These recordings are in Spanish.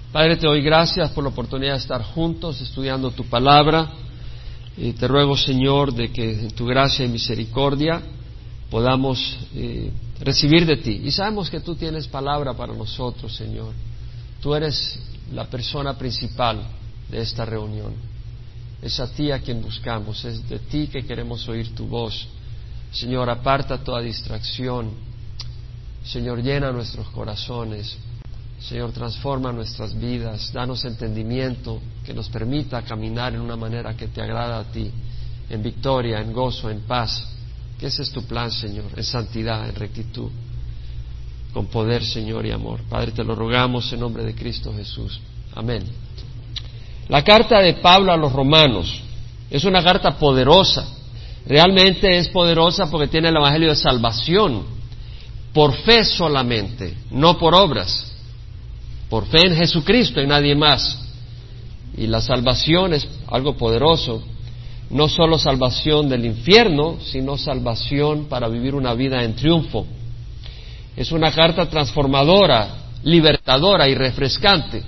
Padre, te doy gracias por la oportunidad de estar juntos estudiando tu palabra. Y te ruego, Señor, de que en tu gracia y misericordia podamos recibir de ti. Y sabemos que tú tienes palabra para nosotros, Señor. Tú eres la persona principal de esta reunión. Es a ti a quien buscamos, es de ti que queremos oír tu voz. Señor, aparta toda distracción. Señor, llena nuestros corazones. Señor, transforma nuestras vidas, danos entendimiento que nos permita caminar en una manera que te agrada a ti, en victoria, en gozo, en paz. Que ese es tu plan, Señor, en santidad, en rectitud, con poder, Señor, y amor. Padre, te lo rogamos en nombre de Cristo Jesús. Amén. La carta de Pablo a los romanos es una carta poderosa. Realmente es poderosa porque tiene el evangelio de salvación por fe solamente, no por obras. Por fe en Jesucristo y nadie más. Y la salvación es algo poderoso. No solo salvación del infierno, sino salvación para vivir una vida en triunfo. Es una carta transformadora, libertadora y refrescante.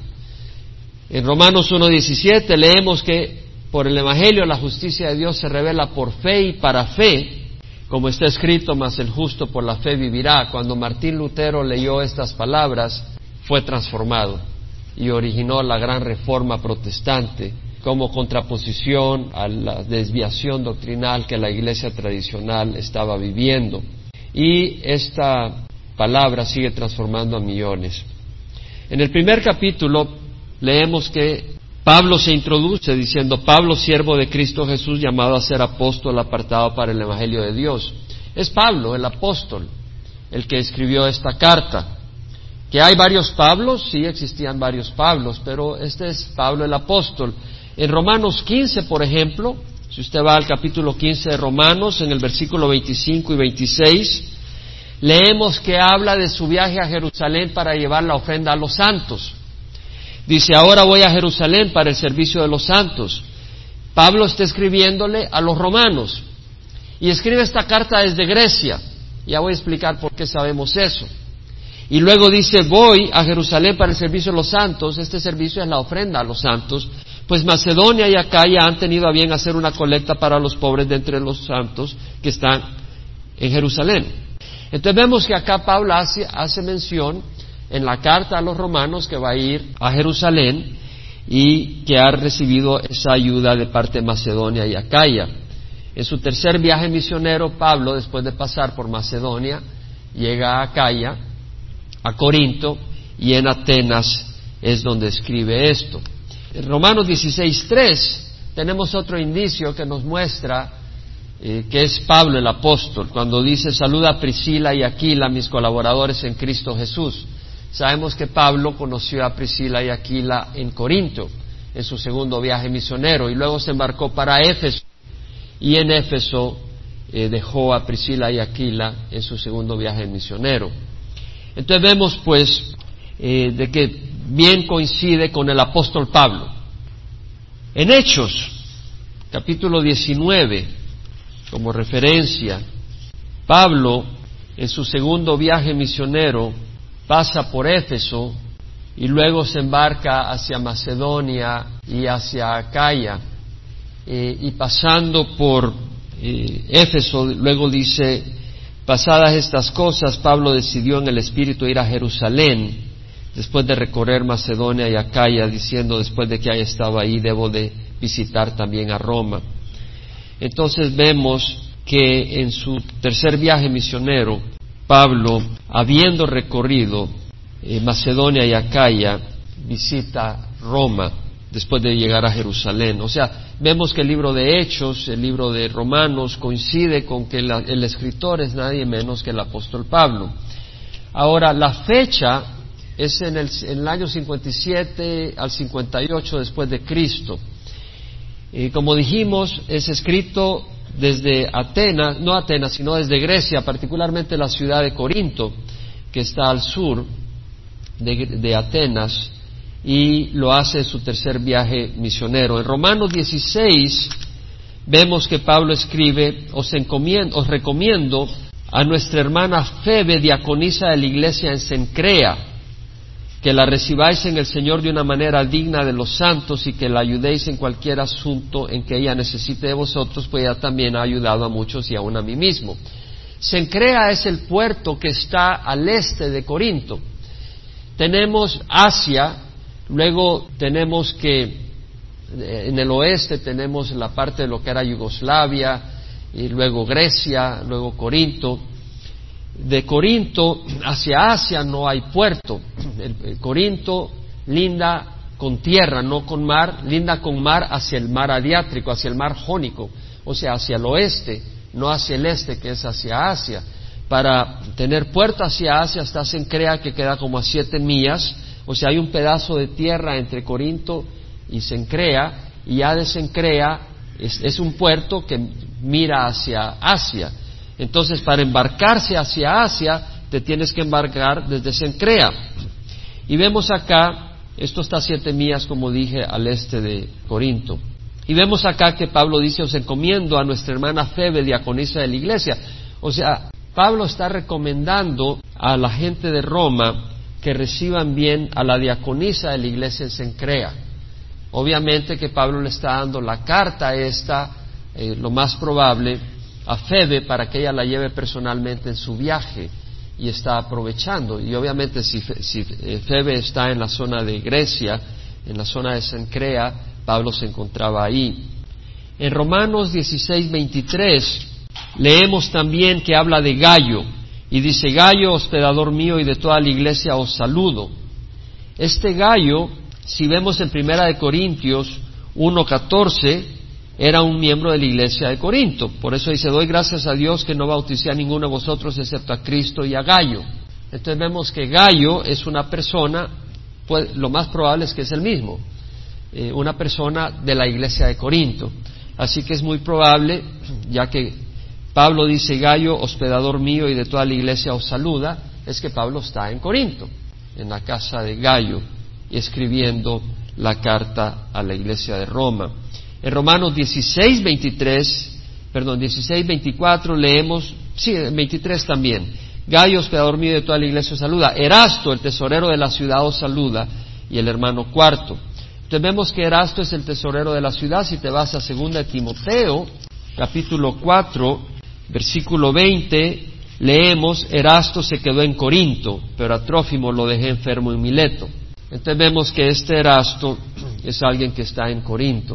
En Romanos 1:17 leemos que por el Evangelio la justicia de Dios se revela por fe y para fe, como está escrito, mas el justo por la fe vivirá. Cuando Martín Lutero leyó estas palabras, fue transformado y originó la gran reforma protestante como contraposición a la desviación doctrinal que la iglesia tradicional estaba viviendo. Y esta palabra sigue transformando a millones. En el primer capítulo leemos que Pablo se introduce diciendo: Pablo, siervo de Cristo Jesús, llamado a ser apóstol, apartado para el Evangelio de Dios. Es Pablo, el apóstol, el que escribió esta carta. ¿Que hay varios Pablos? Sí, existían varios Pablos, pero este es Pablo el apóstol. En Romanos 15, por ejemplo, si usted va al capítulo 15 de Romanos, en el versículo 25 y 26, leemos que habla de su viaje a Jerusalén para llevar la ofrenda a los santos. Dice: ahora voy a Jerusalén para el servicio de los santos. Pablo está escribiéndole a los romanos y escribe esta carta desde Grecia. Ya voy a explicar por qué sabemos eso. Y luego dice: voy a Jerusalén para el servicio de los santos. Este servicio es la ofrenda a los santos, pues Macedonia y Acaya han tenido a bien hacer una colecta para los pobres de entre los santos que están en Jerusalén. Entonces vemos que acá Pablo hace mención en la carta a los romanos que va a ir a Jerusalén y que ha recibido esa ayuda de parte de Macedonia y Acaya. En su tercer viaje misionero, Pablo, después de pasar por Macedonia, llega a Acaya, a Corinto, y en Atenas es donde escribe esto. En Romanos 16:3 tenemos otro indicio que nos muestra que es Pablo el apóstol, cuando dice: saluda a Priscila y Aquila, mis colaboradores en Cristo Jesús. Sabemos que Pablo conoció a Priscila y Aquila en Corinto, en su segundo viaje misionero, y luego se embarcó para Éfeso, y en Éfeso dejó a Priscila y Aquila en su segundo viaje misionero. Entonces vemos pues de que bien coincide con el apóstol Pablo. En Hechos, capítulo 19, como referencia, Pablo en su segundo viaje misionero pasa por Éfeso y luego se embarca hacia Macedonia y hacia Acaya, y pasando por Éfeso, luego dice: pasadas estas cosas, Pablo decidió en el Espíritu ir a Jerusalén, después de recorrer Macedonia y Acaya, diciendo: después de que haya estado ahí, debo de visitar también a Roma. Entonces vemos que en su tercer viaje misionero, Pablo, habiendo recorrido Macedonia y Acaya, visita Roma después de llegar a Jerusalén. O sea, vemos que el libro de Hechos, el libro de Romanos, coincide con que el escritor es nadie menos que el apóstol Pablo. Ahora, la fecha es en el año 57 al 58 después de Cristo. Como dijimos, es escrito desde Atenas, no Atenas, sino desde Grecia, particularmente la ciudad de Corinto, que está al sur de Atenas, y lo hace en su tercer viaje misionero. En Romanos 16 vemos que Pablo escribe: os recomiendo a nuestra hermana Febe, diaconisa de la iglesia en Cencrea, que la recibáis en el Señor de una manera digna de los santos y que la ayudéis en cualquier asunto en que ella necesite de vosotros, pues ella también ha ayudado a muchos y aún a mí mismo. Cencrea es el puerto que está al este de Corinto. Tenemos Asia, luego tenemos que en el oeste tenemos la parte de lo que era Yugoslavia, y luego Grecia, luego Corinto. De Corinto hacia Asia no hay puerto. El Corinto linda con tierra, no con mar, linda con mar hacia el mar Adriático, hacia el mar Jónico, o sea, hacia el oeste, no hacia el este, que es hacia Asia. Para tener puerto hacia Asia está Cencrea, que queda como a 7 millas, o sea, hay un pedazo de tierra entre Corinto y Cencrea, y ya de Cencrea es un puerto que mira hacia Asia. Entonces, para embarcarse hacia Asia, te tienes que embarcar desde Cencrea. Y vemos acá, esto está a 7 millas, como dije, al este de Corinto. Y vemos acá que Pablo dice, os encomiendo a nuestra hermana Febe, diaconisa de la iglesia. O sea, Pablo está recomendando a la gente de Roma que reciban bien a la diaconisa de la iglesia en Cencrea. Obviamente que Pablo le está dando la carta esta, lo más probable, a Febe para que ella la lleve personalmente en su viaje, y está aprovechando. Y obviamente si Febe está en la zona de Grecia, en la zona de Cencrea, Pablo se encontraba ahí. En Romanos 16:23 leemos también que habla de Gayo, y dice: Gayo, hospedador mío y de toda la iglesia, os saludo. Este Gayo, si vemos en 1 Corintios 1:14, era un miembro de la iglesia de Corinto. Por eso dice: doy gracias a Dios que no bauticé a ninguno de vosotros excepto a Cristo y a Gayo. Entonces vemos que Gayo es una persona, pues lo más probable es que es el mismo, una persona de la iglesia de Corinto. Así que es muy probable, ya que Pablo dice: Gayo, hospedador mío y de toda la iglesia os saluda, es que Pablo está en Corinto, en la casa de Gayo, y escribiendo la carta a la iglesia de Roma. En Romanos 16:24 leemos, 23 también: Gayo, hospedador mío de toda la iglesia os saluda. Erasto, el tesorero de la ciudad, os saluda, y el hermano Cuarto. Entonces vemos que Erasto es el tesorero de la ciudad. Si te vas a 2 Timoteo, capítulo 4, versículo 20, leemos: Erasto se quedó en Corinto, pero a Trófimo lo dejé enfermo en Mileto. Entonces vemos que este Erasto es alguien que está en Corinto.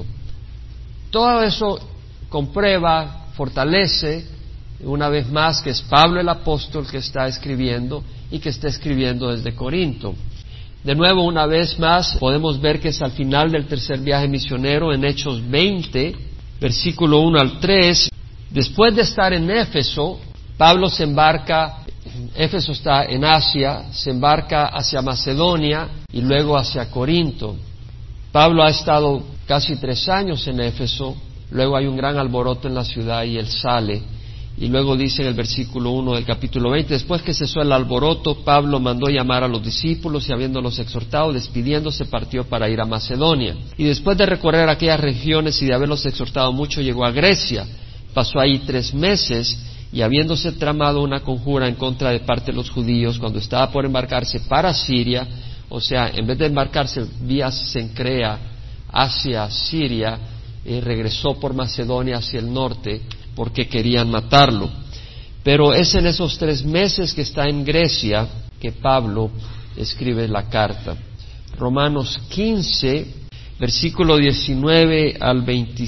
Todo eso comprueba, fortalece una vez más que es Pablo el apóstol que está escribiendo, y que está escribiendo desde Corinto. De nuevo, una vez más, podemos ver que es al final del tercer viaje misionero, en Hechos 20, versículo 1 al 3. Después de estar en Éfeso, Pablo se embarca, Éfeso está en Asia, se embarca hacia Macedonia y luego hacia Corinto. Pablo ha estado casi 3 años en Éfeso, luego hay un gran alboroto en la ciudad y él sale. Y luego dice en el versículo 1 del capítulo 20, después que cesó el alboroto, Pablo mandó llamar a los discípulos y habiéndolos exhortado, despidiéndose, partió para ir a Macedonia. Y después de recorrer aquellas regiones y de haberlos exhortado mucho, llegó a Grecia. Pasó ahí 3 meses y habiéndose tramado una conjura en contra de parte de los judíos, cuando estaba por embarcarse para Siria, o sea, en vez de embarcarse vía Cencrea hacia Siria, regresó por Macedonia hacia el norte, porque querían matarlo. Pero es en esos 3 meses que está en Grecia que Pablo escribe la carta. Romanos 15, versículo 19 al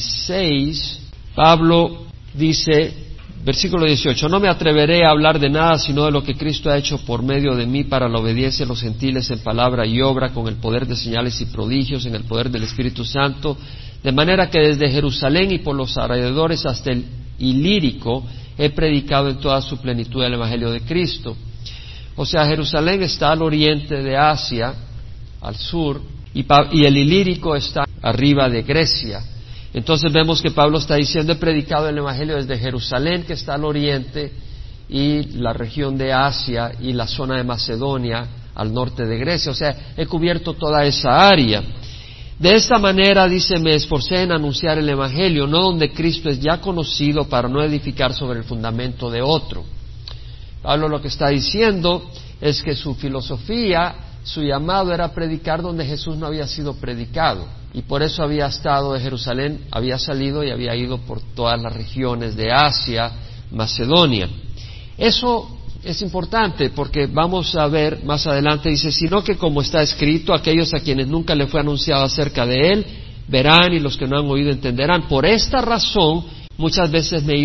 26, Pablo dice, versículo 18: no me atreveré a hablar de nada sino de lo que Cristo ha hecho por medio de mí para la obediencia de los gentiles en palabra y obra, con el poder de señales y prodigios, en el poder del Espíritu Santo, de manera que desde Jerusalén y por los alrededores hasta el Ilírico he predicado en toda su plenitud el Evangelio de Cristo. O sea, Jerusalén está al oriente de Asia, al sur, y el Ilírico está arriba de Grecia. Entonces vemos que Pablo está diciendo: he predicado el Evangelio desde Jerusalén, que está al oriente, y la región de Asia y la zona de Macedonia al norte de Grecia. O sea, he cubierto toda esa área. De esta manera, dice, me esforcé en anunciar el Evangelio, no donde Cristo es ya conocido, para no edificar sobre el fundamento de otro. Pablo lo que está diciendo es que su filosofía su llamado era predicar donde Jesús no había sido predicado, y por eso había estado de Jerusalén, había salido y había ido por todas las regiones de Asia, Macedonia. Eso es importante porque vamos a ver más adelante, dice, sino que como está escrito, aquellos a quienes nunca le fue anunciado acerca de él, verán, y los que no han oído entenderán. Por esta razón, muchas veces me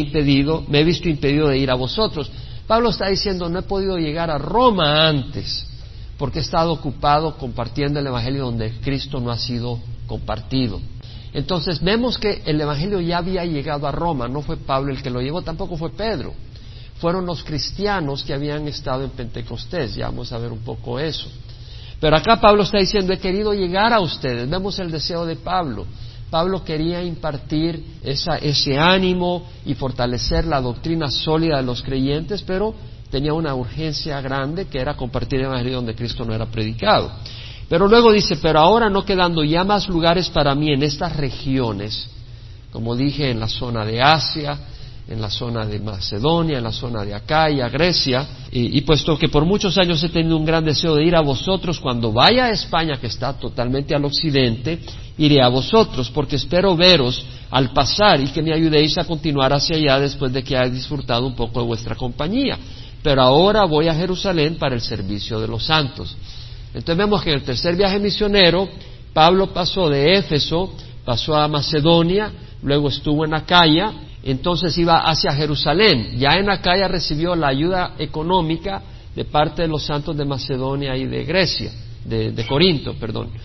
he visto impedido de ir a vosotros. Pablo está diciendo, no he podido llegar a Roma antes, porque he estado ocupado compartiendo el Evangelio donde Cristo no ha sido compartido. Entonces vemos que el Evangelio ya había llegado a Roma, no fue Pablo el que lo llevó, tampoco fue Pedro. Fueron los cristianos que habían estado en Pentecostés, ya vamos a ver un poco eso. Pero acá Pablo está diciendo, he querido llegar a ustedes. Vemos el deseo de Pablo. Pablo quería impartir ese ánimo y fortalecer la doctrina sólida de los creyentes, pero tenía una urgencia grande que era compartir el Evangelio donde Cristo no era predicado. Pero luego dice, pero ahora no quedando ya más lugares para mí en estas regiones, como dije, en la zona de Asia, en la zona de Macedonia, en la zona de Acaya, Grecia, y puesto que por muchos años he tenido un gran deseo de ir a vosotros, cuando vaya a España, que está totalmente al occidente, iré a vosotros, porque espero veros al pasar y que me ayudéis a continuar hacia allá después de que haya disfrutado un poco de vuestra compañía. Pero ahora voy a Jerusalén para el servicio de los santos. Entonces vemos que en el tercer viaje misionero, Pablo pasó de Éfeso, pasó a Macedonia, luego estuvo en Acaya, entonces iba hacia Jerusalén. Ya en Acaya recibió la ayuda económica de parte de los santos de Macedonia y de Grecia, de Corinto,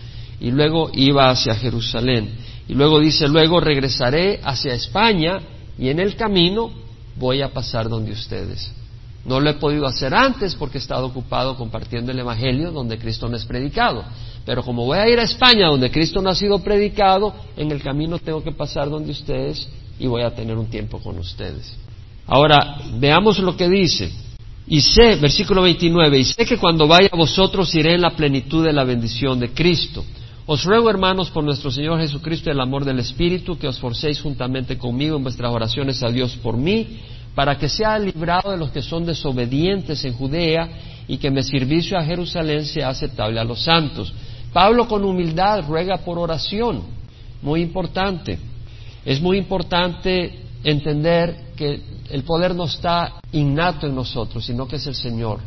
y luego iba hacia Jerusalén. Y luego dice, luego regresaré hacia España y en el camino voy a pasar donde ustedes. No lo he podido hacer antes porque he estado ocupado compartiendo el Evangelio donde Cristo no es predicado. Pero como voy a ir a España donde Cristo no ha sido predicado, en el camino tengo que pasar donde ustedes y voy a tener un tiempo con ustedes. Ahora, veamos lo que dice. Y sé, versículo 29, y sé que cuando vaya a vosotros iré en la plenitud de la bendición de Cristo. Os ruego, hermanos, por nuestro Señor Jesucristo y el amor del Espíritu, que os forcéis juntamente conmigo en vuestras oraciones a Dios por mí, para que sea librado de los que son desobedientes en Judea y que mi servicio a Jerusalén sea aceptable a los santos. Pablo con humildad ruega por oración, muy importante. Es muy importante entender que el poder no está innato en nosotros, sino que es el Señor,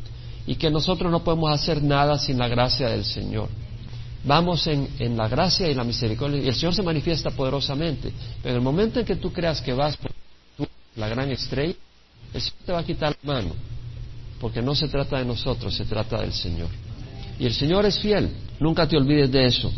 y que nosotros no podemos hacer nada sin la gracia del Señor. Vamos en la gracia y la misericordia, y el Señor se manifiesta poderosamente, pero en el momento en que tú creas que vas por la gran estrella, el Señor te va a quitar la mano, porque no se trata de nosotros, se trata del Señor. Y el Señor es fiel, nunca te olvides de eso.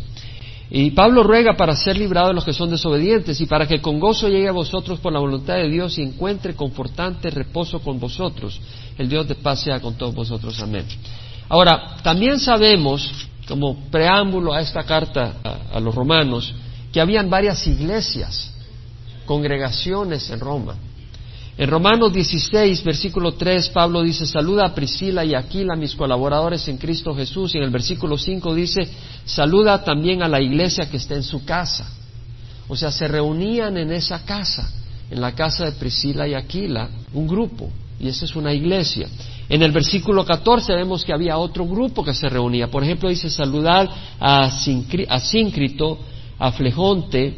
Y Pablo ruega para ser librado de los que son desobedientes y para que con gozo llegue a vosotros por la voluntad de Dios y encuentre confortante reposo con vosotros. El Dios de paz sea con todos vosotros. Amén. Ahora, también sabemos, como preámbulo a esta carta a los romanos, que habían varias iglesias, congregaciones en Roma. En Romanos 16, versículo 3, Pablo dice, saluda a Priscila y a Aquila, mis colaboradores en Cristo Jesús. Y en el versículo 5 dice, saluda también a la iglesia que está en su casa. O sea, se reunían en esa casa, en la casa de Priscila y Aquila, un grupo, y esa es una iglesia. En el versículo 14 vemos que había otro grupo que se reunía. Por ejemplo, dice, saludar a Síncrito, a Flegonte,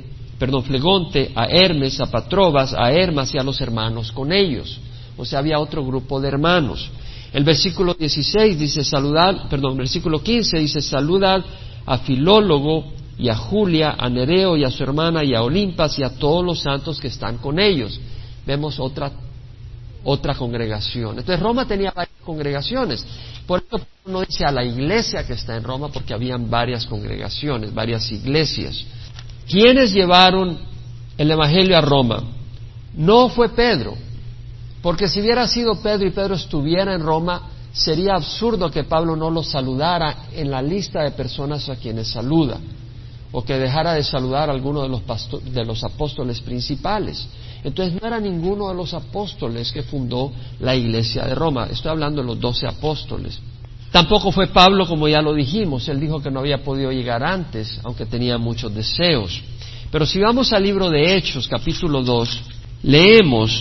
a Hermes, a Patrobas, a Hermas y a los hermanos con ellos. O sea, había otro grupo de hermanos. El versículo 16 dice versículo 15 dice, saludad a Filólogo y a Julia, a Nereo y a su hermana y a Olimpas y a todos los santos que están con ellos. Vemos otra congregación. Entonces Roma tenía varias congregaciones. Por eso no dice a la iglesia que está en Roma, porque habían varias congregaciones, varias iglesias. ¿Quiénes llevaron el Evangelio a Roma? No fue Pedro, porque si hubiera sido Pedro y Pedro estuviera en Roma, sería absurdo que Pablo no los saludara en la lista de personas a quienes saluda, o que dejara de saludar a alguno de los apóstoles principales. Entonces no era ninguno de los apóstoles que fundó la iglesia de Roma. Estoy hablando de los 12 apóstoles. Tampoco fue Pablo, como ya lo dijimos. Él dijo que no había podido llegar antes, aunque tenía muchos deseos. Pero si vamos al libro de Hechos, capítulo 2, leemos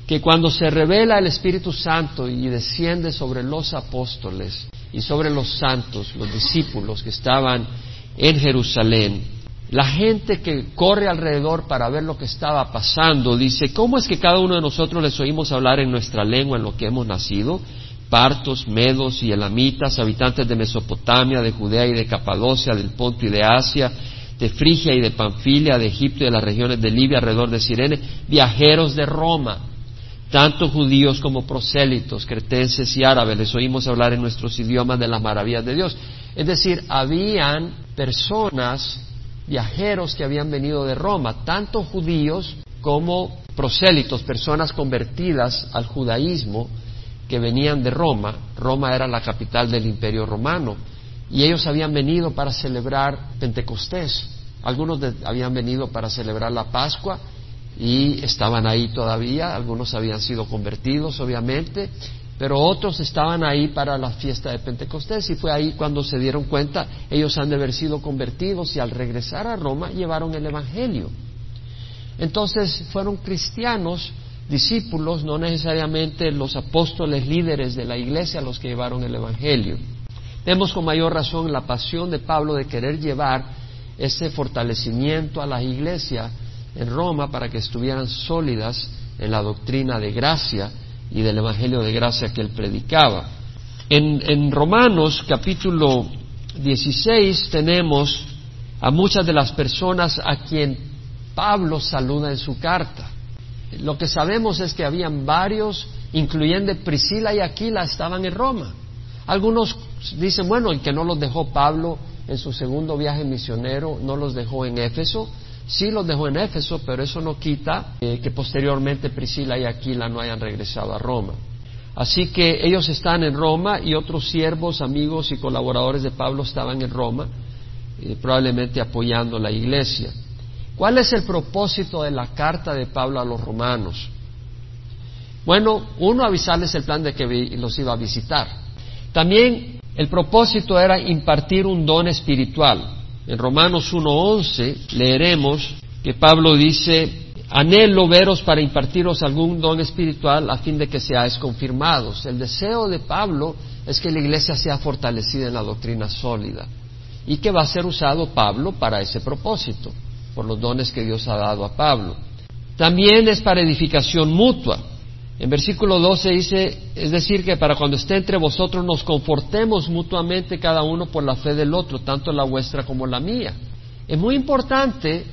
que cuando se revela el Espíritu Santo y desciende sobre los apóstoles y sobre los santos, los discípulos que estaban en Jerusalén, la gente que corre alrededor para ver lo que estaba pasando dice: ¿cómo es que cada uno de nosotros les oímos hablar en nuestra lengua en lo que hemos nacido? Partos, medos y elamitas, habitantes de Mesopotamia, de Judea y de Capadocia, del Ponto y de Asia, de Frigia y de Panfilia, de Egipto y de las regiones de Libia alrededor de Cirene, viajeros de Roma, tanto judíos como prosélitos, cretenses y árabes, les oímos hablar en nuestros idiomas de las maravillas de Dios. Es decir, habían personas, viajeros que habían venido de Roma, tanto judíos como prosélitos, personas convertidas al judaísmo que venían de Roma. Roma era la capital del Imperio Romano y ellos habían venido para celebrar Pentecostés. Algunos habían venido para celebrar la Pascua y estaban ahí todavía. Algunos habían sido convertidos, obviamente, pero otros estaban ahí para la fiesta de Pentecostés, y fue ahí cuando se dieron cuenta, ellos han de haber sido convertidos, y al regresar a Roma llevaron el Evangelio. Entonces fueron cristianos, discípulos, no necesariamente los apóstoles líderes de la iglesia los que llevaron el Evangelio. Vemos con mayor razón la pasión de Pablo de querer llevar ese fortalecimiento a la iglesia en Roma para que estuvieran sólidas en la doctrina de gracia y del Evangelio de gracia que él predicaba. En Romanos capítulo 16 tenemos a muchas de las personas a quien Pablo saluda en su carta. Lo que sabemos es que habían varios, incluyendo Priscila y Aquila, estaban en Roma. Algunos dicen, bueno, el que no los dejó Pablo en su segundo viaje misionero, no los dejó en Éfeso. Sí los dejó en Éfeso, pero eso no quita que posteriormente Priscila y Aquila no hayan regresado a Roma. Así que ellos están en Roma, y otros siervos, amigos y colaboradores de Pablo estaban en Roma, probablemente apoyando la iglesia. ¿Cuál es el propósito de la carta de Pablo a los romanos? Bueno, uno, avisarles el plan de que los iba a visitar. También el propósito era impartir un don espiritual. En Romanos 1:11 leeremos que Pablo dice: anhelo veros para impartiros algún don espiritual a fin de que seáis confirmados. El deseo de Pablo es que la iglesia sea fortalecida en la doctrina sólida, y que va a ser usado Pablo para ese propósito, por los dones que Dios ha dado a Pablo. También es para edificación mutua. En versículo 12 dice, es decir, que para cuando esté entre vosotros nos confortemos mutuamente cada uno por la fe del otro, tanto la vuestra como la mía. Es muy importante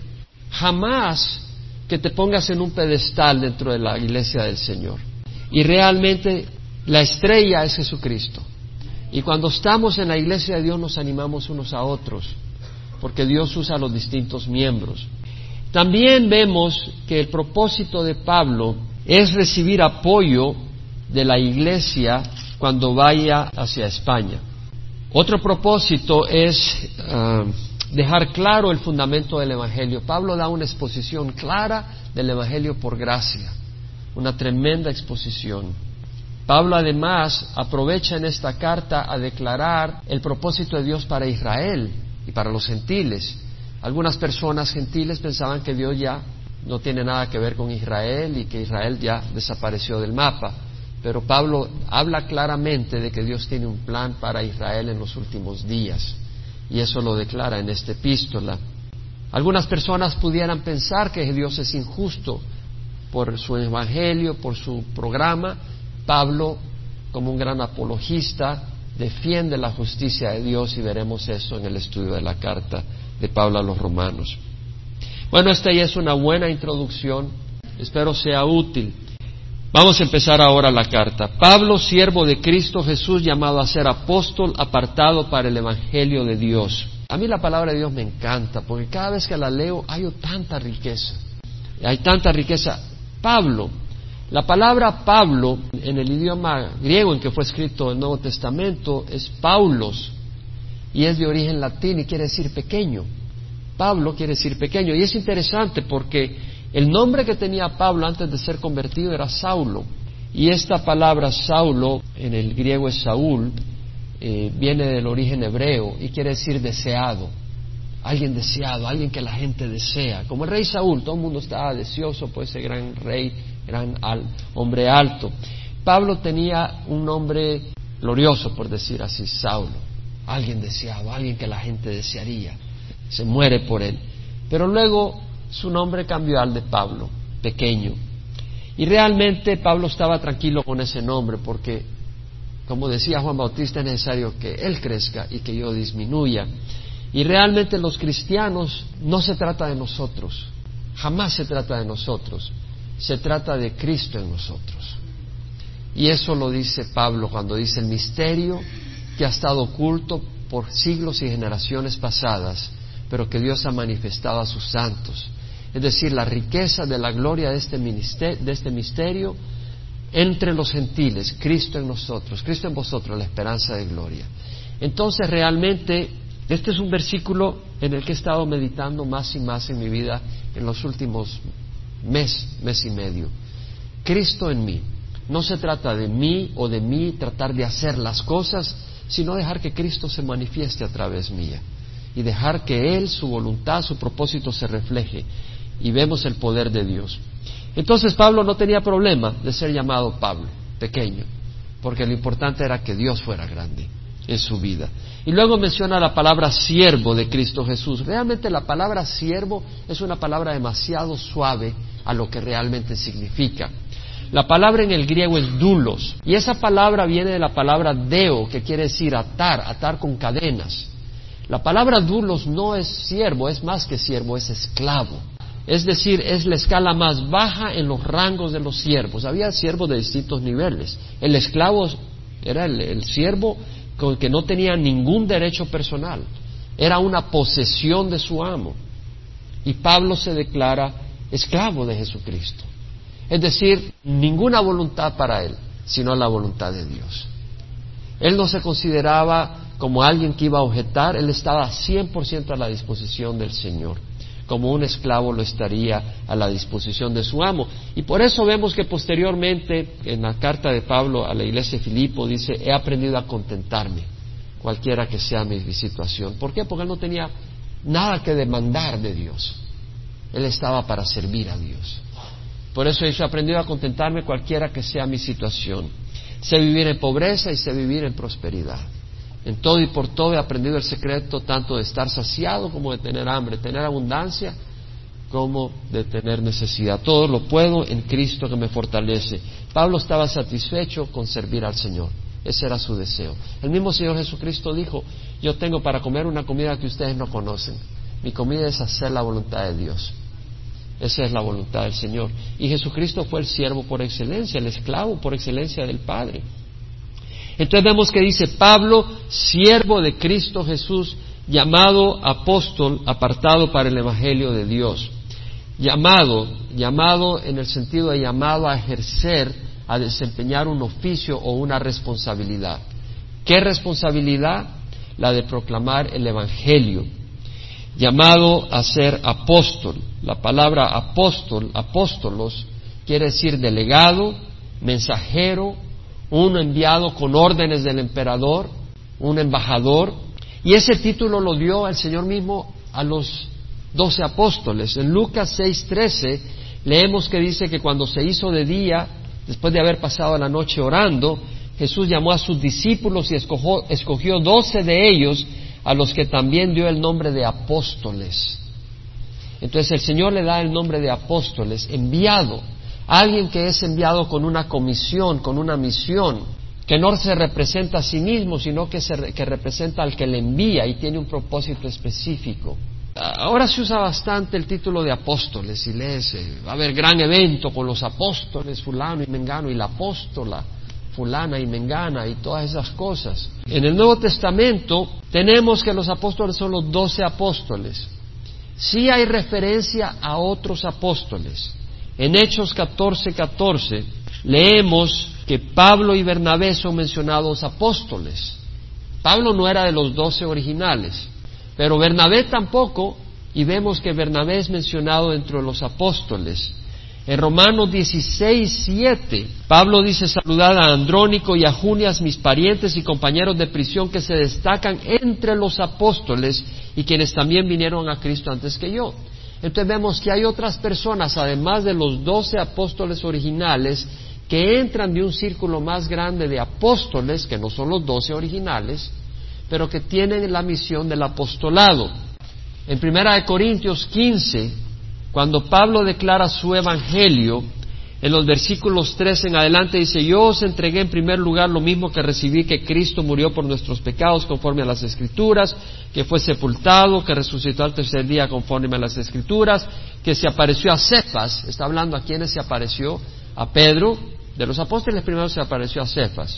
jamás que te pongas en un pedestal dentro de la iglesia del Señor. Y realmente la estrella es Jesucristo. Y cuando estamos en la iglesia de Dios nos animamos unos a otros, porque Dios usa a los distintos miembros. También vemos que el propósito de Pablo es recibir apoyo de la iglesia cuando vaya hacia España. Otro propósito es dejar claro el fundamento del Evangelio. Pablo da una exposición clara del Evangelio por gracia, una tremenda exposición. Pablo además aprovecha en esta carta a declarar el propósito de Dios para Israel y para los gentiles. Algunas personas gentiles pensaban que Dios ya no tiene nada que ver con Israel y que Israel ya desapareció del mapa, pero Pablo habla claramente de que Dios tiene un plan para Israel en los últimos días, y eso lo declara en esta epístola. Algunas personas pudieran pensar que Dios es injusto por su evangelio, por su programa. Pablo, como un gran apologista, defiende la justicia de Dios, y veremos eso en el estudio de la carta de Pablo a los romanos. Bueno, esta ya es una buena introducción, espero sea útil. Vamos a empezar ahora la carta. Pablo, siervo de Cristo Jesús, llamado a ser apóstol, apartado para el Evangelio de Dios. A mí la palabra de Dios me encanta, porque cada vez que la leo hay tanta riqueza. Hay tanta riqueza. Pablo, la palabra Pablo en el idioma griego en que fue escrito el Nuevo Testamento es Paulos, y es de origen latín y quiere decir pequeño. Pablo quiere decir pequeño, y es interesante porque el nombre que tenía Pablo antes de ser convertido era Saulo, y esta palabra Saulo en el griego es Saúl, viene del origen hebreo y quiere decir deseado, alguien que la gente desea, como el rey Saúl. Todo el mundo estaba deseoso por ese gran rey hombre alto. Pablo tenía un nombre glorioso, por decir así, Saulo, alguien deseado, alguien que la gente desearía, se muere por él. Pero luego su nombre cambió al de Pablo, pequeño. Y realmente Pablo estaba tranquilo con ese nombre porque, como decía Juan Bautista, es necesario que él crezca y que yo disminuya. Y realmente los cristianos no se trata de nosotros, jamás se trata de nosotros, se trata de Cristo en nosotros. Y eso lo dice Pablo cuando dice: el misterio que ha estado oculto por siglos y generaciones pasadas, pero que Dios ha manifestado a sus santos. Es decir, la riqueza de la gloria de este misterio entre los gentiles, Cristo en nosotros, Cristo en vosotros, la esperanza de gloria. Entonces realmente este es un versículo en el que he estado meditando más y más en mi vida en los últimos mes y medio. Cristo en mí. No se trata de mí o de mí tratar de hacer las cosas, sino dejar que Cristo se manifieste a través mía y dejar que Él, su voluntad, su propósito se refleje y vemos el poder de Dios. Entonces Pablo no tenía problema de ser llamado Pablo, pequeño, porque lo importante era que Dios fuera grande en su vida. Y luego menciona la palabra siervo de Cristo Jesús. Realmente la palabra siervo es una palabra demasiado suave a lo que realmente significa. La palabra en el griego es doulos, y esa palabra viene de la palabra deo, que quiere decir atar con cadenas. La palabra doulos no es siervo, es más que siervo, es esclavo. Es decir, es la escala más baja en los rangos de los siervos. Había siervos de distintos niveles. El esclavo era el siervo con que no tenía ningún derecho personal. Era una posesión de su amo. Y Pablo se declara esclavo de Jesucristo. Es decir, ninguna voluntad para él, sino la voluntad de Dios. Él no se consideraba como alguien que iba a objetar, él estaba 100% a la disposición del Señor, como un esclavo lo estaría a la disposición de su amo. Y por eso vemos que posteriormente, en la carta de Pablo a la iglesia de Filipo, dice: he aprendido a contentarme, cualquiera que sea mi situación. ¿Por qué? Porque él no tenía nada que demandar de Dios. Él estaba para servir a Dios. Por eso he aprendido a contentarme cualquiera que sea mi situación. Sé vivir en pobreza y sé vivir en prosperidad. En todo y por todo he aprendido el secreto tanto de estar saciado como de tener hambre, tener abundancia como de tener necesidad. Todo lo puedo en Cristo que me fortalece. Pablo estaba satisfecho con servir al Señor. Ese era su deseo. El mismo Señor Jesucristo dijo: yo tengo para comer una comida que ustedes no conocen. Mi comida es hacer la voluntad de Dios. Esa es la voluntad del Señor. Y Jesucristo fue el siervo por excelencia, el esclavo por excelencia del Padre. Entonces vemos que dice: Pablo, siervo de Cristo Jesús, llamado apóstol, apartado para el Evangelio de Dios. Llamado en el sentido de llamado a ejercer, a desempeñar un oficio o una responsabilidad. ¿Qué responsabilidad? La de proclamar el Evangelio. Llamado a ser apóstol. La palabra apóstol, apóstolos, quiere decir delegado, mensajero, uno enviado con órdenes del emperador, un embajador. Y ese título lo dio el Señor mismo a los 12 apóstoles. En Lucas 6:13 leemos que dice que cuando se hizo de día, después de haber pasado la noche orando, Jesús llamó a sus discípulos y escogió 12 de ellos, a los que también dio el nombre de apóstoles. Entonces el Señor le da el nombre de apóstoles, enviado, alguien que es enviado con una comisión, con una misión, que no se representa a sí mismo, sino que representa al que le envía y tiene un propósito específico. Ahora se usa bastante el título de apóstoles, y lees, va a haber gran evento con los apóstoles fulano y mengano y la apóstola fulana y mengana y todas esas cosas. En el Nuevo Testamento tenemos que los apóstoles son los 12 apóstoles. Sí hay referencia a otros apóstoles. En Hechos 14:14 leemos que Pablo y Bernabé son mencionados apóstoles. Pablo no era de los 12 originales, pero Bernabé tampoco, y vemos que Bernabé es mencionado entre los apóstoles. En Romanos 16:7, Pablo dice: saludad a Andrónico y a Junias, mis parientes y compañeros de prisión, que se destacan entre los apóstoles y quienes también vinieron a Cristo antes que yo. Entonces vemos que hay otras personas, además de los 12 apóstoles originales, que entran de un círculo más grande de apóstoles, que no son los 12 originales, pero que tienen la misión del apostolado. En 1 Corintios 15, cuando Pablo declara su evangelio, en los versículos 3 en adelante dice: yo os entregué en primer lugar lo mismo que recibí, que Cristo murió por nuestros pecados conforme a las Escrituras, que fue sepultado, que resucitó al tercer día conforme a las Escrituras, que se apareció a Cefas. Está hablando a quienes se apareció: a Pedro. De los apóstoles primero se apareció a Cefas,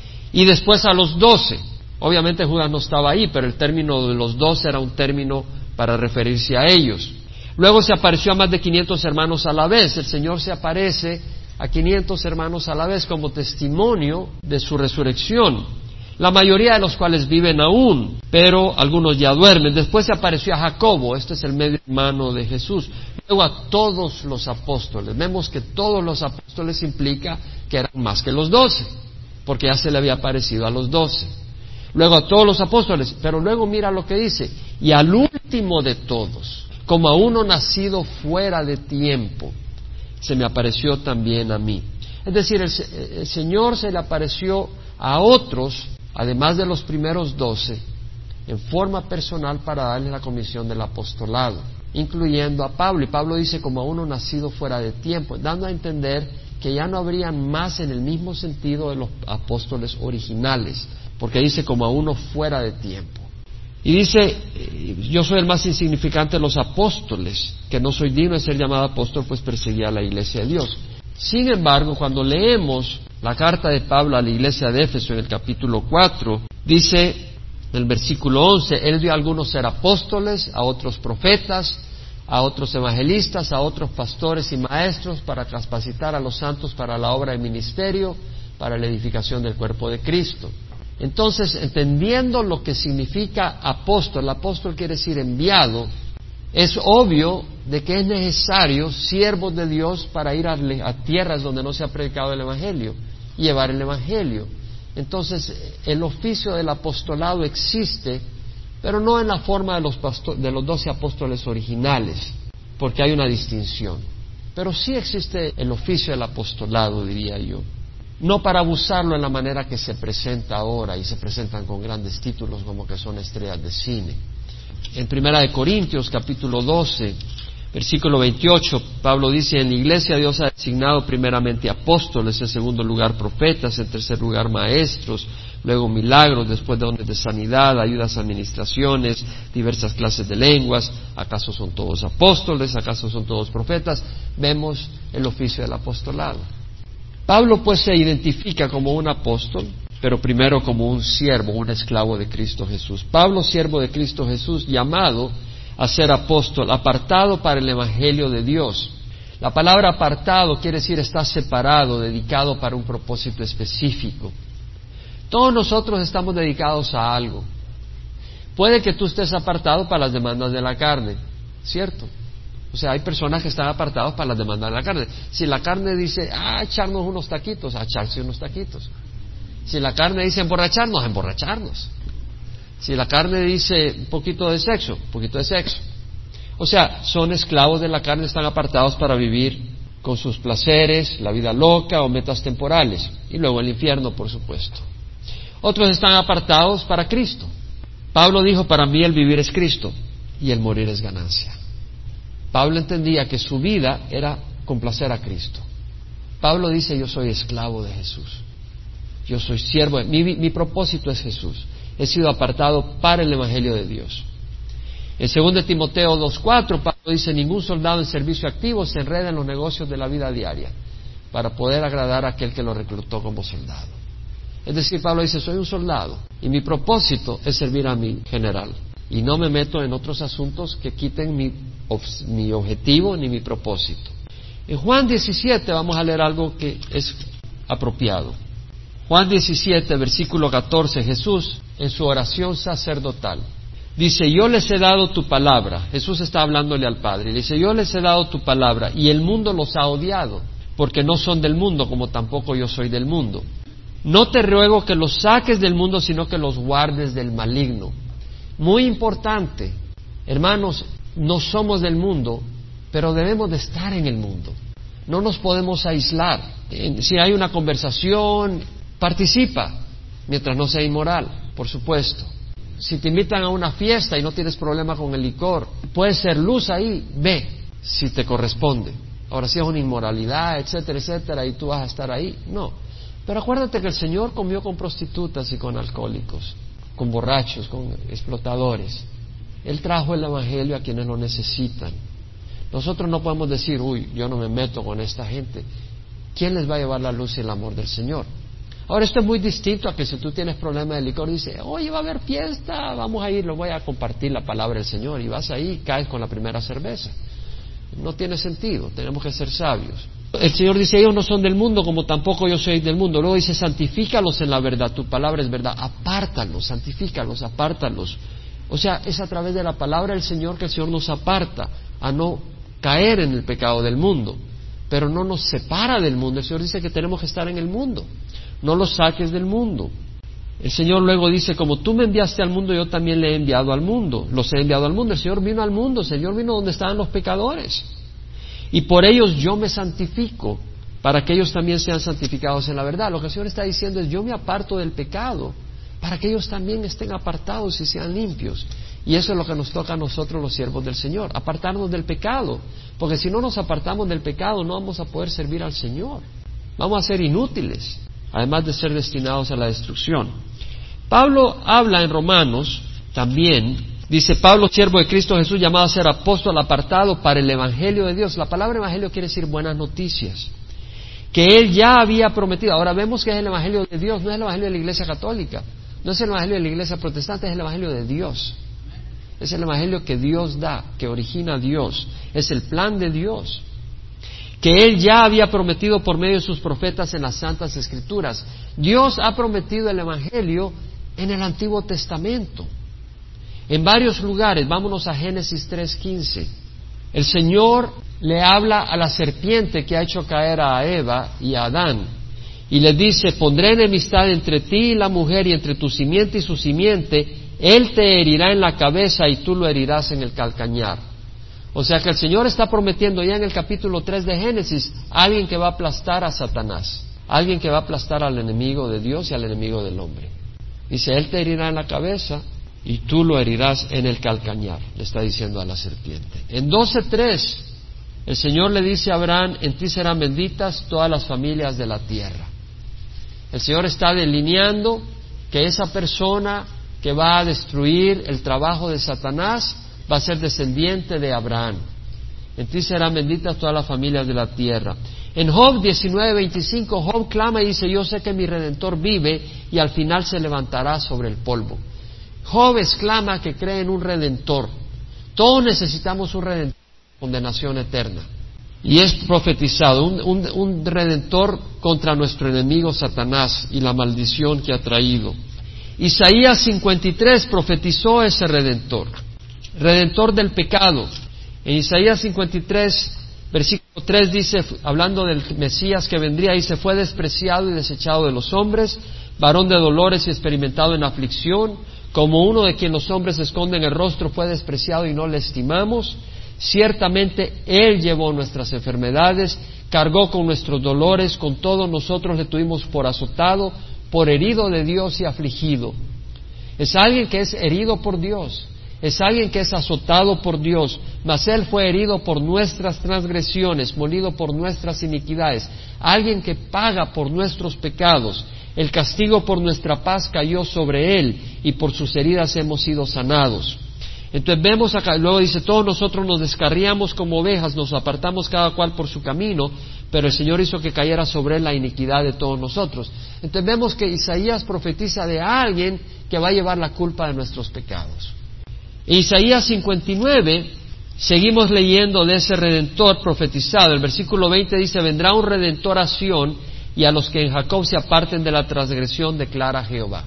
y después a los 12. Obviamente Judas no estaba ahí, pero el término de los 12 era un término para referirse a ellos. Luego se apareció a más de 500 hermanos a la vez. El Señor se aparece a 500 hermanos a la vez como testimonio de su resurrección, la mayoría de los cuales viven aún, pero algunos ya duermen. Después se apareció a Jacobo, este es el medio hermano de Jesús. Luego a todos los apóstoles. Vemos que todos los apóstoles implica que eran más que los 12, porque ya se le había aparecido a los 12. Luego a todos los apóstoles, pero luego mira lo que dice: y al último de todos, como a uno nacido fuera de tiempo, se me apareció también a mí. Es decir, el Señor se le apareció a otros, además de los primeros 12, en forma personal para darle la comisión del apostolado, incluyendo a Pablo. Y Pablo dice: como a uno nacido fuera de tiempo, dando a entender que ya no habrían más en el mismo sentido de los apóstoles originales, porque dice como a uno fuera de tiempo. Y dice: yo soy el más insignificante de los apóstoles, que no soy digno de ser llamado apóstol, pues perseguía a la iglesia de Dios. Sin embargo, cuando leemos la carta de Pablo a la iglesia de Éfeso en el capítulo 4, dice en el versículo 11: él dio a algunos ser apóstoles, a otros profetas, a otros evangelistas, a otros pastores y maestros, para capacitar a los santos para la obra de ministerio, para la edificación del cuerpo de Cristo. Entonces, entendiendo lo que significa apóstol, el apóstol quiere decir enviado, es obvio de que es necesario siervos de Dios para ir a tierras donde no se ha predicado el evangelio y llevar el evangelio. Entonces, el oficio del apostolado existe, pero no en la forma de los 12 apóstoles originales, porque hay una distinción. Pero sí existe el oficio del apostolado, diría yo. No para abusarlo en la manera que se presenta ahora, y se presentan con grandes títulos como que son estrellas de cine. En 1 Corintios capítulo 12, versículo 28, Pablo dice: en la iglesia Dios ha designado primeramente apóstoles, en segundo lugar profetas, en tercer lugar maestros, luego milagros, después dones de sanidad, ayudas a administraciones, diversas clases de lenguas. ¿Acaso son todos apóstoles? ¿Acaso son todos profetas? Vemos el oficio del apostolado. Pablo pues se identifica como un apóstol, pero primero como un siervo, un esclavo de Cristo Jesús. Pablo, siervo de Cristo Jesús, llamado a ser apóstol, apartado para el evangelio de Dios. La palabra apartado quiere decir está separado, dedicado para un propósito específico. Todos nosotros estamos dedicados a algo. Puede que tú estés apartado para las demandas de la carne, ¿cierto? O sea, hay personas que están apartados para las demandas de la carne. Si la carne dice, echarnos unos taquitos, echarse unos taquitos. Si la carne dice emborracharnos, emborracharnos. Si la carne dice un poquito de sexo, un poquito de sexo. O sea, son esclavos de la carne, están apartados para vivir con sus placeres, la vida loca o metas temporales. Y luego el infierno, por supuesto. Otros están apartados para Cristo. Pablo dijo: para mí el vivir es Cristo y el morir es ganancia. Pablo entendía que su vida era complacer a Cristo. Pablo dice: yo soy esclavo de Jesús. Yo soy siervo. Mi propósito es Jesús. He sido apartado para el evangelio de Dios. En 2 Timoteo 2:4, Pablo dice: ningún soldado en servicio activo se enreda en los negocios de la vida diaria para poder agradar a aquel que lo reclutó como soldado. Es decir, Pablo dice: soy un soldado y mi propósito es servir a mi general. Y no me meto en otros asuntos que quiten mi objetivo ni mi propósito. En Juan 17 vamos a leer algo que es apropiado. Juan 17, versículo 14, Jesús en su oración sacerdotal dice: yo les he dado tu palabra. Jesús está hablándole al Padre. Le dice: yo les he dado tu palabra y el mundo los ha odiado, porque no son del mundo, como tampoco yo soy del mundo. No te ruego que los saques del mundo, sino que los guardes del maligno. Muy importante, hermanos, no somos del mundo, pero debemos de estar en el mundo. No nos podemos aislar. Si hay una conversación, participa, mientras no sea inmoral, por supuesto. Si te invitan a una fiesta y no tienes problema con el licor, puede ser luz ahí, ve, si te corresponde. Ahora, si es una inmoralidad, etcétera, etcétera, y tú vas a estar ahí, no. Pero acuérdate que el Señor comió con prostitutas y con alcohólicos, con borrachos, con explotadores. Él trajo el Evangelio a quienes lo necesitan. Nosotros no podemos decir, uy, yo no me meto con esta gente. ¿Quién les va a llevar la luz y el amor del Señor? Ahora, esto es muy distinto a que si tú tienes problema de licor, dices, oye, va a haber fiesta, vamos a ir, lo voy a compartir la palabra del Señor, y vas ahí y caes con la primera cerveza. No tiene sentido, tenemos que ser sabios. El Señor dice, ellos no son del mundo, como tampoco yo soy del mundo. Luego dice, santifícalos en la verdad, tu palabra es verdad. Apártalos, santifícalos, apártalos. O sea, es a través de la palabra del Señor que el Señor nos aparta a no caer en el pecado del mundo, pero no nos separa del mundo. El Señor dice que tenemos que estar en el mundo, no los saques del mundo. El Señor luego dice, como tú me enviaste al mundo, yo también le he enviado al mundo, los he enviado al mundo. El Señor vino al mundo, el Señor vino donde estaban los pecadores, y por ellos yo me santifico, para que ellos también sean santificados en la verdad. Lo que el Señor está diciendo es, yo me aparto del pecado, para que ellos también estén apartados y sean limpios. Y eso es lo que nos toca a nosotros los siervos del Señor, apartarnos del pecado, porque si no nos apartamos del pecado no vamos a poder servir al Señor, vamos a ser inútiles, además de ser destinados a la destrucción. Pablo habla en Romanos también, dice, Pablo, siervo de Cristo Jesús, llamado a ser apóstol, apartado para el Evangelio de Dios. La palabra Evangelio quiere decir buenas noticias, que Él ya había prometido. Ahora vemos que es el Evangelio de Dios, no es el Evangelio de la Iglesia Católica, no es el Evangelio de la Iglesia Protestante, es el Evangelio de Dios. Es el Evangelio que Dios da, que origina Dios, es el plan de Dios, que Él ya había prometido por medio de sus profetas en las Santas Escrituras. Dios ha prometido el Evangelio en el Antiguo Testamento, en varios lugares. Vámonos a Génesis 3:15. El Señor le habla a la serpiente que ha hecho caer a Eva y a Adán, y le dice, pondré enemistad entre ti y la mujer, y entre tu simiente y su simiente. Él te herirá en la cabeza y tú lo herirás en el calcañar. O sea que el Señor está prometiendo ya en el capítulo 3 de Génesis a alguien que va a aplastar a Satanás, alguien que va a aplastar al enemigo de Dios y al enemigo del hombre. Dice, Él te herirá en la cabeza y tú lo herirás en el calcañar, le está diciendo a la serpiente. En 12:3 el Señor le dice a Abraham, en ti serán benditas todas las familias de la tierra. El Señor está delineando que esa persona que va a destruir el trabajo de Satanás va a ser descendiente de Abraham. En ti serán benditas todas las familias de la tierra. En Job 19:25, Job clama y dice, yo sé que mi Redentor vive y al final se levantará sobre el polvo. Job exclama que cree en un Redentor. Todos necesitamos un Redentor, condenación eterna. Y es profetizado, un Redentor contra nuestro enemigo Satanás y la maldición que ha traído. Isaías 53 profetizó ese Redentor, Redentor del pecado. En Isaías 53, versículo 3 dice, hablando del Mesías que vendría, dice, fue despreciado y desechado de los hombres, varón de dolores y experimentado en aflicción, como uno de quien los hombres esconden el rostro, fue despreciado y no le estimamos. Ciertamente Él llevó nuestras enfermedades, cargó con nuestros dolores, con todos nosotros le tuvimos por azotado, por herido de Dios y afligido. Es alguien que es herido por Dios, es alguien que es azotado por Dios, mas Él fue herido por nuestras transgresiones, molido por nuestras iniquidades, alguien que paga por nuestros pecados. El castigo por nuestra paz cayó sobre Él, y por sus heridas hemos sido sanados. Entonces vemos acá, luego dice, todos nosotros nos descarriamos como ovejas, nos apartamos cada cual por su camino, pero el Señor hizo que cayera sobre Él la iniquidad de todos nosotros. Entonces vemos que Isaías profetiza de alguien que va a llevar la culpa de nuestros pecados. En Isaías 59, seguimos leyendo de ese Redentor profetizado. El versículo 20 dice, vendrá un Redentor a Sión, y a los que en Jacob se aparten de la transgresión, declara Jehová.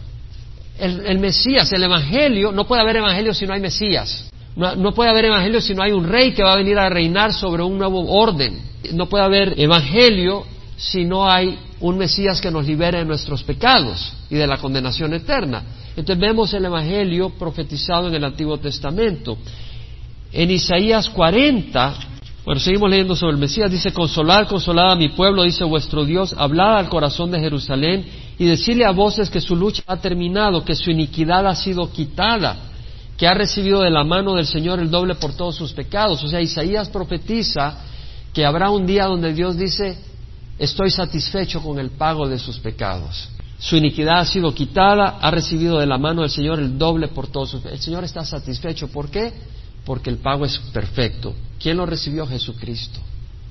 El Mesías, el Evangelio, no puede haber Evangelio si no hay Mesías. No puede haber Evangelio si no hay un rey que va a venir a reinar sobre un nuevo orden. No puede haber Evangelio si no hay un Mesías que nos libere de nuestros pecados y de la condenación eterna. Entonces vemos el Evangelio profetizado en el Antiguo Testamento. En Isaías 40, Bueno, seguimos leyendo sobre el Mesías. Dice: consolad, consolad a mi pueblo, dice vuestro Dios, hablad al corazón de Jerusalén y decirle a voces que su lucha ha terminado, que su iniquidad ha sido quitada, que ha recibido de la mano del Señor el doble por todos sus pecados. O sea, Isaías profetiza que habrá un día donde Dios dice: estoy satisfecho con el pago de sus pecados. Su iniquidad ha sido quitada, ha recibido de la mano del Señor el doble por todos sus pecados. El Señor está satisfecho. ¿Por qué? Porque el pago es perfecto. ¿Quién lo recibió? Jesucristo.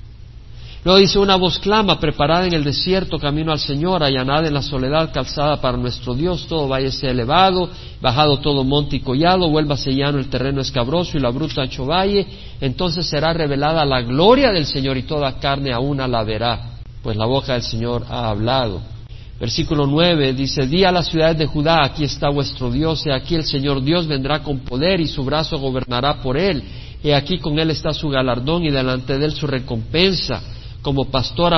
Luego dice: una voz clama, preparad en el desierto camino al Señor, allanad en la soledad calzada para nuestro Dios, todo valle sea elevado, bajado todo monte y collado, vuélvase llano el terreno escabroso y la bruta ancho valle, entonces será revelada la gloria del Señor y toda carne a una la verá, pues la boca del Señor ha hablado. Versículo 9 dice: di a las ciudades de Judá, aquí está vuestro Dios, he aquí el Señor Dios vendrá con poder y su brazo gobernará por él, he aquí con él está su galardón y delante de él su recompensa, como pastor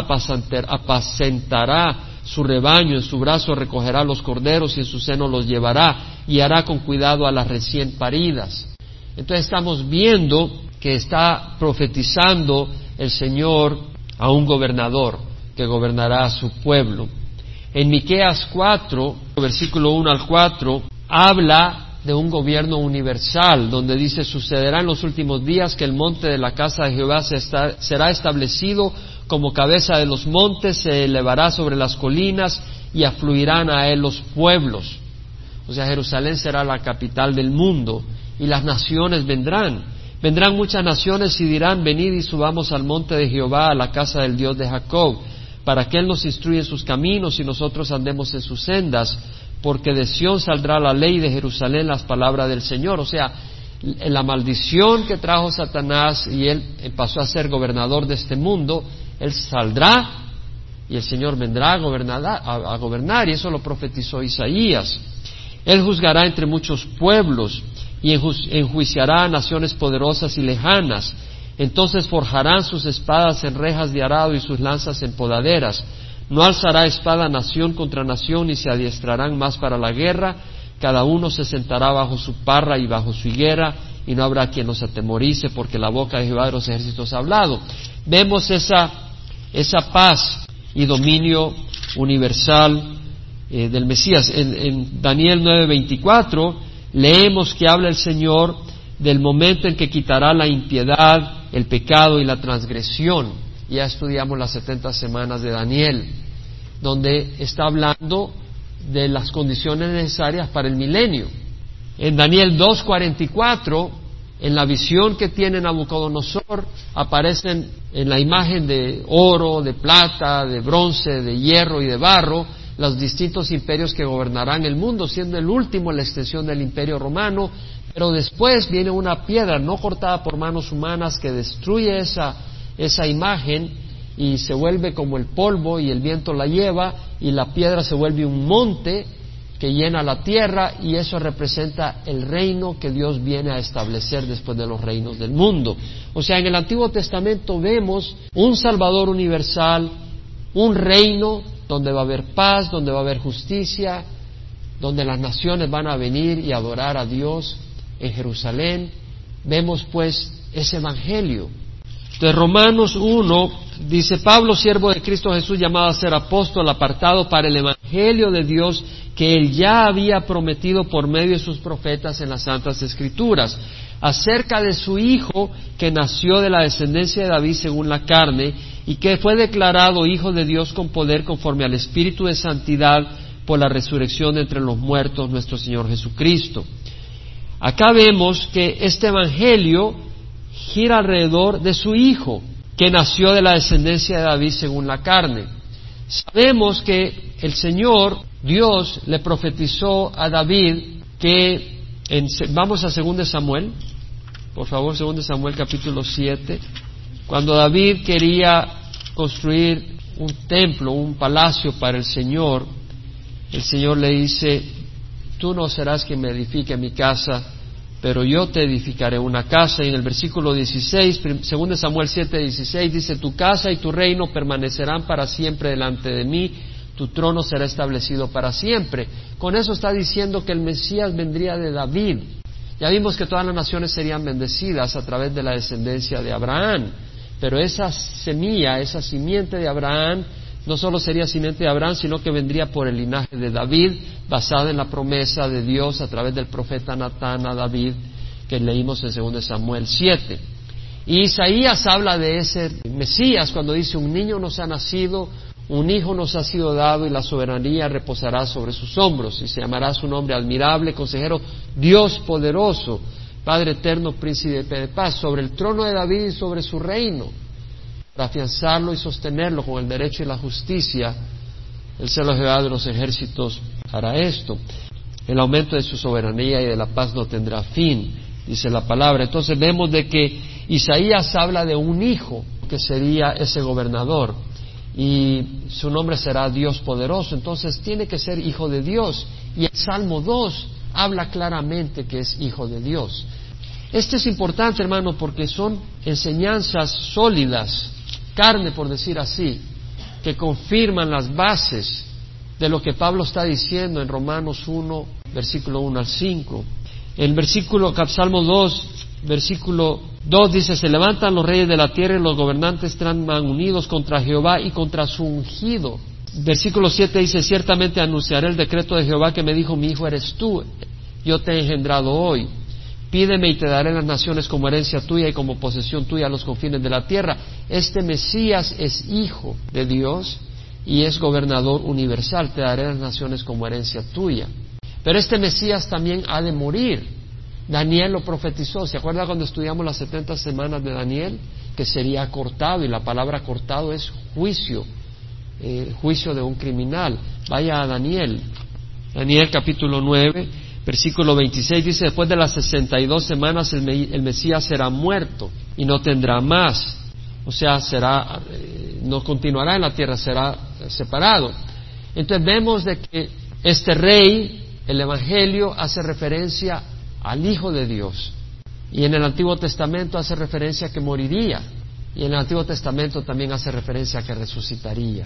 apacentará su rebaño, en su brazo recogerá los corderos y en su seno los llevará y hará con cuidado a las recién paridas. Entonces estamos viendo que está profetizando el Señor a un gobernador que gobernará a su pueblo. En Miqueas 4, versículo 1 al 4, habla de un gobierno universal, donde dice: sucederá en los últimos días que el monte de la casa de Jehová será establecido como cabeza de los montes, se elevará sobre las colinas y afluirán a él los pueblos. O sea, Jerusalén será la capital del mundo y las naciones vendrán. Vendrán muchas naciones y dirán: venid y subamos al monte de Jehová, a la casa del Dios de Jacob, para que él nos instruya en sus caminos y nosotros andemos en sus sendas, porque de Sión saldrá la ley, de Jerusalén las palabras del Señor. O sea, en la maldición que trajo Satanás y él pasó a ser gobernador de este mundo, él saldrá y el Señor vendrá a gobernar, y eso lo profetizó Isaías. Él juzgará entre muchos pueblos y enjuiciará a naciones poderosas y lejanas. Entonces forjarán sus espadas en rejas de arado y sus lanzas en podaderas. No alzará espada nación contra nación, ni se adiestrarán más para la guerra. Cada uno se sentará bajo su parra y bajo su higuera, y no habrá quien los atemorice, porque la boca de Jehová de los ejércitos ha hablado. Vemos esa paz y dominio universal del Mesías. En Daniel 9:24 leemos que habla el Señor del momento en que quitará la impiedad, el pecado y la transgresión. Ya estudiamos las 70 semanas de Daniel, donde está hablando de las condiciones necesarias para el milenio. En Daniel 2:44, en la visión que tiene Nabucodonosor, aparecen en la imagen de oro, de plata, de bronce, de hierro y de barro, los distintos imperios que gobernarán el mundo, siendo el último la extensión del imperio romano. Pero después viene una piedra no cortada por manos humanas que destruye esa imagen y se vuelve como el polvo, y el viento la lleva, y la piedra se vuelve un monte que llena la tierra, y eso representa el reino que Dios viene a establecer después de los reinos del mundo. O sea, en el Antiguo Testamento vemos un Salvador universal, un reino donde va a haber paz, donde va a haber justicia, donde las naciones van a venir y adorar a Dios en Jerusalén. Vemos pues ese evangelio. De Romanos 1 dice: Pablo, siervo de Cristo Jesús, llamado a ser apóstol, apartado para el evangelio de Dios, que él ya había prometido por medio de sus profetas en las Santas Escrituras, acerca de su Hijo, que nació de la descendencia de David según la carne, y que fue declarado Hijo de Dios con poder, conforme al Espíritu de santidad, por la resurrección de entre los muertos, nuestro Señor Jesucristo. Acá vemos que este evangelio gira alrededor de su Hijo, que nació de la descendencia de David según la carne. Sabemos que el Señor, Dios, le profetizó a David que, vamos a 2 Samuel, por favor, 2 Samuel capítulo 7, cuando David quería construir un templo, un palacio para el Señor le dice: tú no serás quien me edifique mi casa, pero yo te edificaré una casa. Y en el versículo 16, 2 Samuel 7:16, dice: tu casa y tu reino permanecerán para siempre delante de mí, tu trono será establecido para siempre. Con eso está diciendo que el Mesías vendría de David. Ya vimos que todas las naciones serían bendecidas a través de la descendencia de Abraham, pero esa semilla, esa simiente de Abraham, no solo sería simiente de Abraham, sino que vendría por el linaje de David, basada en la promesa de Dios a través del profeta Natán a David, que leímos en 2 Samuel 7. Y Isaías habla de ese Mesías cuando dice: un niño nos ha nacido, un hijo nos ha sido dado, y la soberanía reposará sobre sus hombros, y se llamará su nombre Admirable, Consejero, Dios Poderoso, Padre Eterno, Príncipe de Paz, sobre el trono de David y sobre su reino, para afianzarlo y sostenerlo con el derecho y la justicia. El celo de Jehová de los ejércitos hará esto. El aumento de su soberanía y de la paz no tendrá fin, dice la palabra. Entonces vemos de que Isaías habla de un hijo que sería ese gobernador, y su nombre será Dios Poderoso. Entonces tiene que ser hijo de Dios, y el Salmo 2 habla claramente que es hijo de Dios. Este es importante, hermano, porque son enseñanzas sólidas, carne por decir así, que confirman las bases de lo que Pablo está diciendo en Romanos 1, versículo 1 al 5. El Salmo 2, versículo 2 dice: se levantan los reyes de la tierra y los gobernantes traman unidos contra Jehová y contra su ungido. Versículo 7 dice: ciertamente anunciaré el decreto de Jehová que me dijo: mi hijo eres tú, yo te he engendrado hoy. Pídeme y te daré las naciones como herencia tuya y como posesión tuya a los confines de la tierra. Este Mesías es hijo de Dios y es gobernador universal. Te daré las naciones como herencia tuya. Pero este Mesías también ha de morir. Daniel lo profetizó. ¿Se acuerda cuando estudiamos las 70 semanas de Daniel? Que sería cortado, y la palabra cortado es juicio, juicio de un criminal. Vaya a Daniel capítulo 9, versículo 26, dice: después de las 62 semanas el Mesías será muerto y no tendrá más. O sea, no continuará en la tierra, será separado. Entonces vemos de que este rey, el Evangelio, hace referencia al Hijo de Dios, y en el Antiguo Testamento hace referencia a que moriría, y en el Antiguo Testamento también hace referencia a que resucitaría.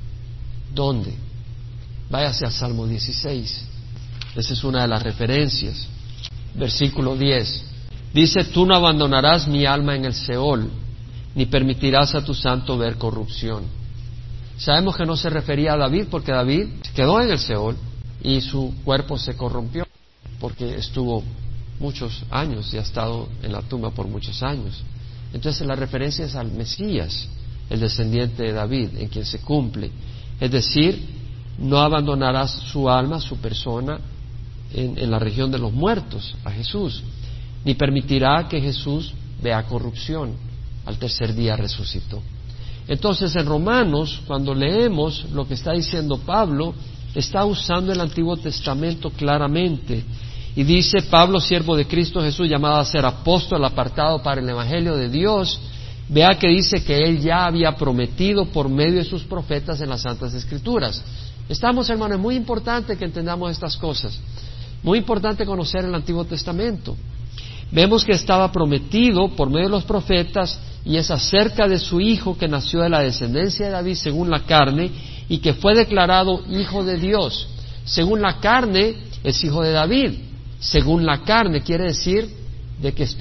¿Dónde? Váyase al Salmo 16. Esa es una de las referencias. Versículo 10 dice: tú no abandonarás mi alma en el Seol, ni permitirás a tu santo ver corrupción. Sabemos que no se refería a David, porque David quedó en el Seol y su cuerpo se corrompió, porque estuvo muchos años y ha estado en la tumba por muchos años. Entonces la referencia es al Mesías, el descendiente de David, en quien se cumple. Es decir, no abandonarás su alma, su persona, en la región de los muertos, a Jesús, ni permitirá que Jesús vea corrupción. Al tercer día resucitó. Entonces en Romanos, cuando leemos lo que está diciendo Pablo, está usando el Antiguo Testamento claramente, y dice: Pablo, siervo de Cristo Jesús, llamado a ser apóstol, apartado para el Evangelio de Dios. Vea que dice que él ya había prometido por medio de sus profetas en las Santas Escrituras. Estamos, hermanos, es muy importante que entendamos estas cosas, muy importante conocer el Antiguo Testamento. Vemos que estaba prometido por medio de los profetas, y es acerca de su hijo, que nació de la descendencia de David según la carne, y que fue declarado hijo de Dios. Según la carne es hijo de David. Según la carne quiere decir de que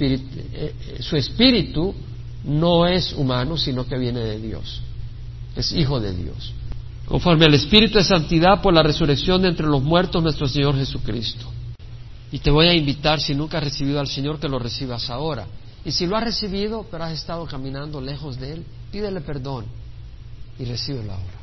su espíritu no es humano, sino que viene de Dios. Es hijo de Dios. Conforme al Espíritu de santidad, por la resurrección de entre los muertos, nuestro Señor Jesucristo. Y te voy a invitar, si nunca has recibido al Señor, que lo recibas ahora. Y si lo has recibido, pero has estado caminando lejos de Él, pídele perdón y recíbelo ahora.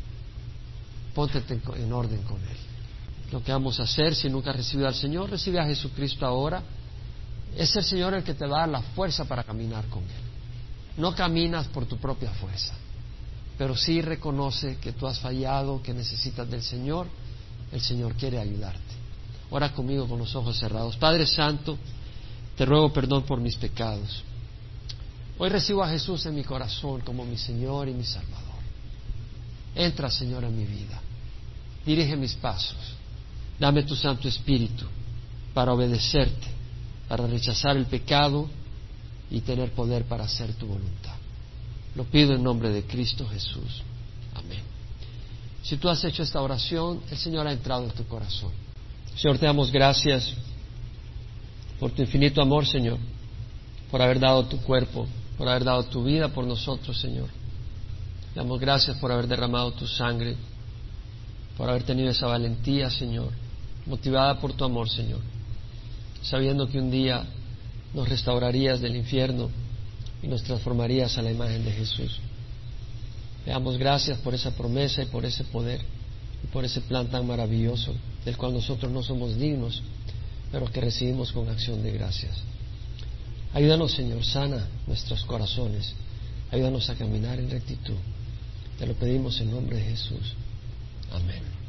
Póntete en orden con Él. Lo que vamos a hacer, si nunca has recibido al Señor, recibe a Jesucristo ahora. Es el Señor el que te va a dar la fuerza para caminar con Él. No caminas por tu propia fuerza, pero sí reconoce que tú has fallado, que necesitas del Señor. El Señor quiere ayudarte. Ora conmigo con los ojos cerrados. Padre Santo, te ruego perdón por mis pecados. Hoy recibo a Jesús en mi corazón como mi Señor y mi Salvador. Entra, Señor, en mi vida. Dirige mis pasos. Dame tu Santo Espíritu para obedecerte, para rechazar el pecado y tener poder para hacer tu voluntad. Lo pido en nombre de Cristo Jesús. Amén. Si tú has hecho esta oración, el Señor ha entrado en tu corazón. Señor, te damos gracias por tu infinito amor, Señor, por haber dado tu cuerpo por haber dado tu vida por nosotros, Señor. Te damos gracias por haber derramado tu sangre, por haber tenido esa valentía, Señor, motivada por tu amor, Señor, sabiendo que un día nos restaurarías del infierno y nos transformarías a la imagen de Jesús. Te damos gracias por esa promesa y por ese poder y por ese plan tan maravilloso del cual nosotros no somos dignos, pero que recibimos con acción de gracias. Ayúdanos, Señor, sana nuestros corazones, ayúdanos a caminar en rectitud. Te lo pedimos en nombre de Jesús. Amén.